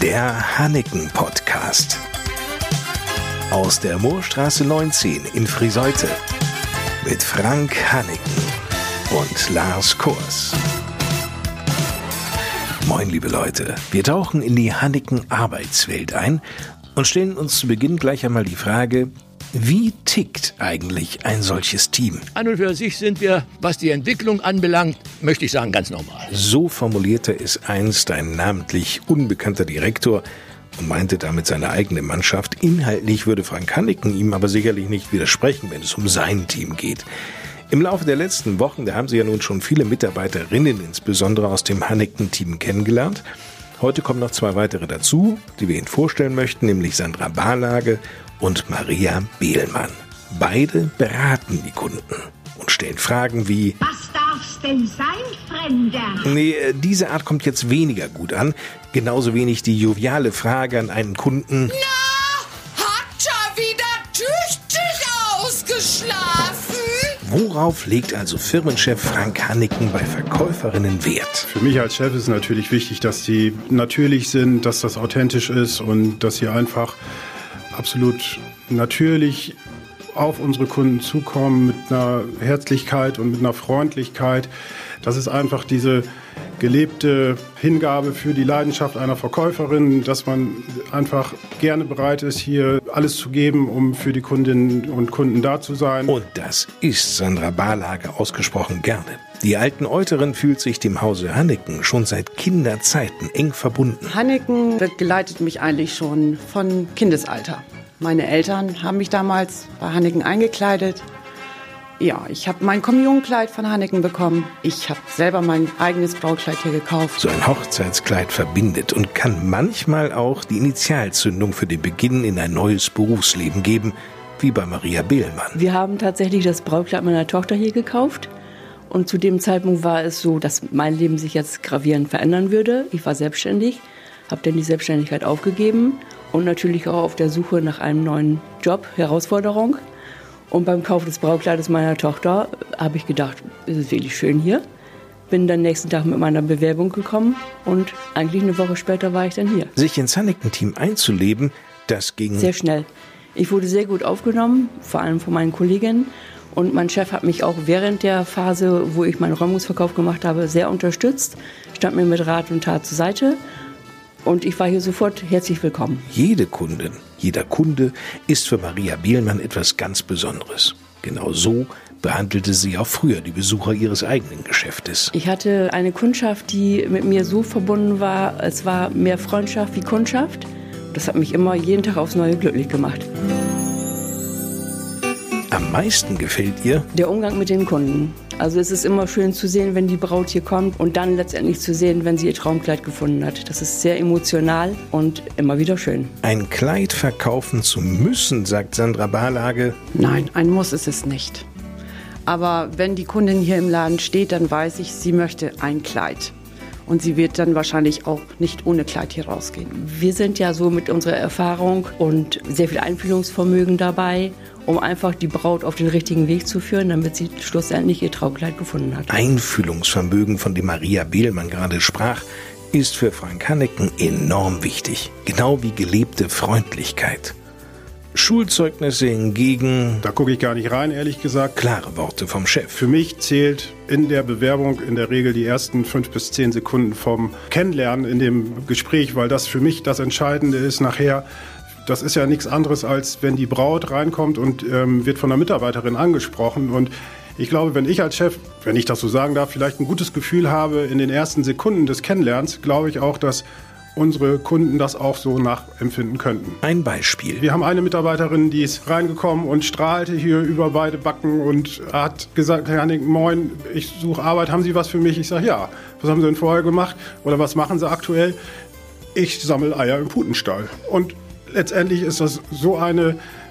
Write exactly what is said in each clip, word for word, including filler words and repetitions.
Der Hanneken-Podcast. Aus der Moorstraße neunzehn in Friseute. Mit Frank Hanneken und Lars Kors. Moin, liebe Leute. Wir tauchen in die Hanneken-Arbeitswelt ein und stellen uns zu Beginn gleich einmal die Frage: Wie tickt eigentlich ein solches Team? An und für sich sind wir, was die Entwicklung anbelangt, möchte ich sagen, ganz normal. So formulierte es einst ein namentlich unbekannter Direktor und meinte damit seine eigene Mannschaft. Inhaltlich würde Frank Hanneken ihm aber sicherlich nicht widersprechen, wenn es um sein Team geht. Im Laufe der letzten Wochen, da haben Sie ja nun schon viele Mitarbeiterinnen, insbesondere aus dem Hanneken-Team, kennengelernt. Heute kommen noch zwei weitere dazu, die wir Ihnen vorstellen möchten, nämlich Sandra Barlage und Maria Behlmann. Beide beraten die Kunden und stellen Fragen wie: Was darf's denn sein, Fremder? Nee, diese Art kommt jetzt weniger gut an. Genauso wenig die joviale Frage an einen Kunden: Na, hat ja wieder tüchtig ausgeschlafen? Worauf legt also Firmenchef Frank Hanneken bei Verkäuferinnen Wert? Für mich als Chef ist natürlich wichtig, dass sie natürlich sind, dass das authentisch ist und dass sie einfach absolut natürlich auf unsere Kunden zukommen mit einer Herzlichkeit und mit einer Freundlichkeit. Das ist einfach diese gelebte Hingabe für die Leidenschaft einer Verkäuferin, dass man einfach gerne bereit ist, hier alles zu geben, um für die Kundinnen und Kunden da zu sein. Und das ist Sandra Barlage ausgesprochen gerne. Die alten Euterin fühlt sich dem Hause Hanneken schon seit Kinderzeiten eng verbunden. Hanneken begleitet mich eigentlich schon von Kindesalter. Meine Eltern haben mich damals bei Hanneken eingekleidet. Ja, ich habe mein Kommunionkleid von Hanneken bekommen. Ich habe selber mein eigenes Brautkleid hier gekauft. So ein Hochzeitskleid verbindet und kann manchmal auch die Initialzündung für den Beginn in ein neues Berufsleben geben, wie bei Maria Behlmann. Wir haben tatsächlich das Brautkleid meiner Tochter hier gekauft. Und zu dem Zeitpunkt war es so, dass mein Leben sich jetzt gravierend verändern würde. Ich war selbstständig, habe dann die Selbstständigkeit aufgegeben und natürlich auch auf der Suche nach einem neuen Job, Herausforderung. Und beim Kauf des Brautkleides meiner Tochter habe ich gedacht, es ist wirklich schön hier. Bin dann nächsten Tag mit meiner Bewerbung gekommen und eigentlich eine Woche später war ich dann hier. Sich ins Hanneken-Team einzuleben, das ging sehr schnell. Ich wurde sehr gut aufgenommen, vor allem von meinen Kolleginnen. Und mein Chef hat mich auch während der Phase, wo ich meinen Räumungsverkauf gemacht habe, sehr unterstützt, stand mir mit Rat und Tat zur Seite. Und ich war hier sofort herzlich willkommen. Jede Kundin, jeder Kunde ist für Maria Behlmann etwas ganz Besonderes. Genau so behandelte sie auch früher die Besucher ihres eigenen Geschäftes. Ich hatte eine Kundschaft, die mit mir so verbunden war, es war mehr Freundschaft wie Kundschaft. Das hat mich immer jeden Tag aufs Neue glücklich gemacht. Am meisten gefällt ihr der Umgang mit den Kunden. Also es ist immer schön zu sehen, wenn die Braut hier kommt und dann letztendlich zu sehen, wenn sie ihr Traumkleid gefunden hat. Das ist sehr emotional und immer wieder schön. Ein Kleid verkaufen zu müssen, sagt Sandra Barlage. Nein, ein Muss ist es nicht. Aber wenn die Kundin hier im Laden steht, dann weiß ich, sie möchte ein Kleid. Und sie wird dann wahrscheinlich auch nicht ohne Kleid hier rausgehen. Wir sind ja so mit unserer Erfahrung und sehr viel Einfühlungsvermögen dabei, um einfach die Braut auf den richtigen Weg zu führen, damit sie schlussendlich ihr Traumkleid gefunden hat. Einfühlungsvermögen, von dem Maria Behlmann gerade sprach, ist für Frank Hanneken enorm wichtig. Genau wie gelebte Freundlichkeit. Schulzeugnisse hingegen, Da gucke ich gar nicht rein, ehrlich gesagt. klare Worte vom Chef. Für mich zählt in der Bewerbung in der Regel die ersten fünf bis zehn Sekunden vom Kennenlernen in dem Gespräch, weil das für mich das Entscheidende ist nachher. Das ist ja nichts anderes, als wenn die Braut reinkommt und ähm, wird von einer Mitarbeiterin angesprochen. Und ich glaube, wenn ich als Chef, wenn ich das so sagen darf, vielleicht ein gutes Gefühl habe in den ersten Sekunden des Kennenlernens, glaube ich auch, dass unsere Kunden das auch so nachempfinden könnten. Ein Beispiel. Wir haben eine Mitarbeiterin, die ist reingekommen und strahlte hier über beide Backen und hat gesagt: Herr Hanneken, moin, ich suche Arbeit, haben Sie was für mich? Ich sage: ja. Was haben Sie denn vorher gemacht? Oder was machen Sie aktuell? Ich sammle Eier im Putenstall. Und letztendlich ist das so eine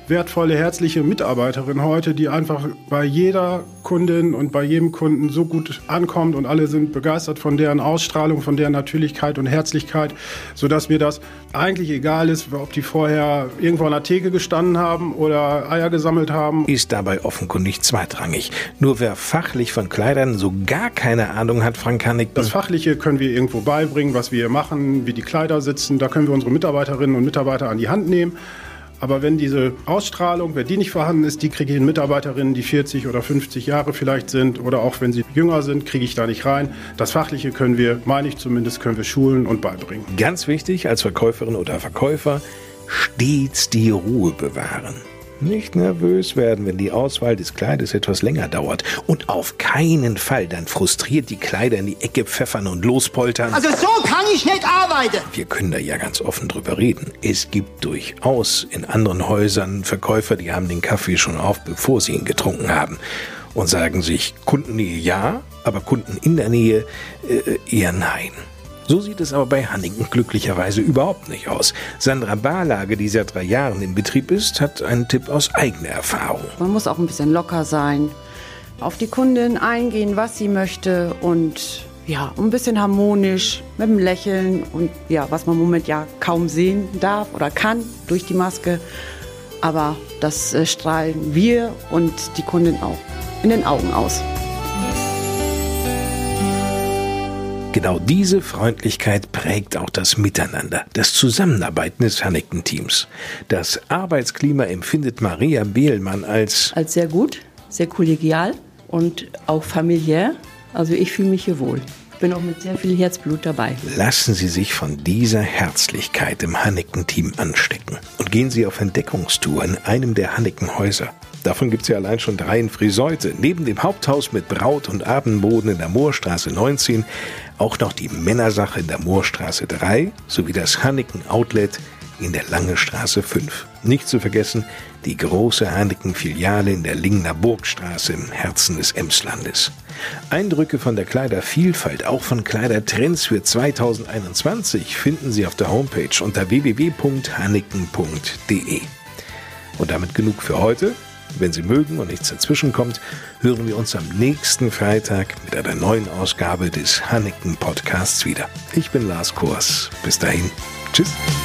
wertvolle, herzliche Mitarbeiterin heute, die einfach bei jeder Kundin und bei jedem Kunden so gut ankommt und alle sind begeistert von deren Ausstrahlung, von deren Natürlichkeit und Herzlichkeit, sodass mir das eigentlich egal ist, ob die vorher irgendwo an der Theke gestanden haben oder Eier gesammelt haben. Ist dabei offenkundig zweitrangig. Nur wer fachlich von Kleidern so gar keine Ahnung hat, Frank Hanneken. Das Fachliche können wir irgendwo beibringen, was wir hier machen, wie die Kleider sitzen. Da können wir unsere Mitarbeiterinnen und Mitarbeiter an die Hand nehmen. Aber wenn diese Ausstrahlung, wenn die nicht vorhanden ist, die kriege ich in Mitarbeiterinnen, die vierzig oder fünfzig Jahre vielleicht sind oder auch wenn sie jünger sind, kriege ich da nicht rein. Das Fachliche können wir, meine ich zumindest, können wir schulen und beibringen. Ganz wichtig als Verkäuferin oder Verkäufer, stets die Ruhe bewahren. Nicht nervös werden, wenn die Auswahl des Kleides etwas länger dauert. Und auf keinen Fall dann frustriert die Kleider in die Ecke pfeffern und lospoltern. Also so kann ich nicht arbeiten. Wir können da ja ganz offen drüber reden. Es gibt durchaus in anderen Häusern Verkäufer, die haben den Kaffee schon auf, bevor sie ihn getrunken haben. Und sagen sich, Kundennähe ja, aber Kunden in der Nähe äh, eher nein. So sieht es aber bei Hanneken glücklicherweise überhaupt nicht aus. Sandra Barlage, die seit drei Jahren im Betrieb ist, hat einen Tipp aus eigener Erfahrung. Man muss auch ein bisschen locker sein, auf die Kundin eingehen, was sie möchte und ja, ein bisschen harmonisch mit dem Lächeln und ja, was man im Moment ja kaum sehen darf oder kann durch die Maske. Aber das äh, strahlen wir und die Kundin auch in den Augen aus. Genau diese Freundlichkeit prägt auch das Miteinander, das Zusammenarbeiten des Hanneken-Teams. Das Arbeitsklima empfindet Maria Behlmann als... Als sehr gut, sehr kollegial und auch familiär. Also ich fühle mich hier wohl. Ich bin auch mit sehr viel Herzblut dabei. Lassen Sie sich von dieser Herzlichkeit im Hanneken-Team anstecken und gehen Sie auf Entdeckungstour in einem der Hanneken-Häuser. Davon gibt es ja allein schon drei in Friseute. Neben dem Haupthaus mit Braut- und Abendboden in der Moorstraße neunzehn auch noch die Männersache in der Moorstraße drei sowie das Hanneken Outlet in der Langestraße fünf. Nicht zu vergessen die große Hanneken-Filiale in der Lingner Burgstraße im Herzen des Emslandes. Eindrücke von der Kleidervielfalt, auch von Kleidertrends für zweitausendeinundzwanzig finden Sie auf der Homepage unter w w w punkt hanneken punkt d e. Und damit genug für heute. Wenn Sie mögen und nichts dazwischenkommt, hören wir uns am nächsten Freitag mit einer neuen Ausgabe des Hanneken Podcasts wieder. Ich bin Lars Kors. Bis dahin. Tschüss.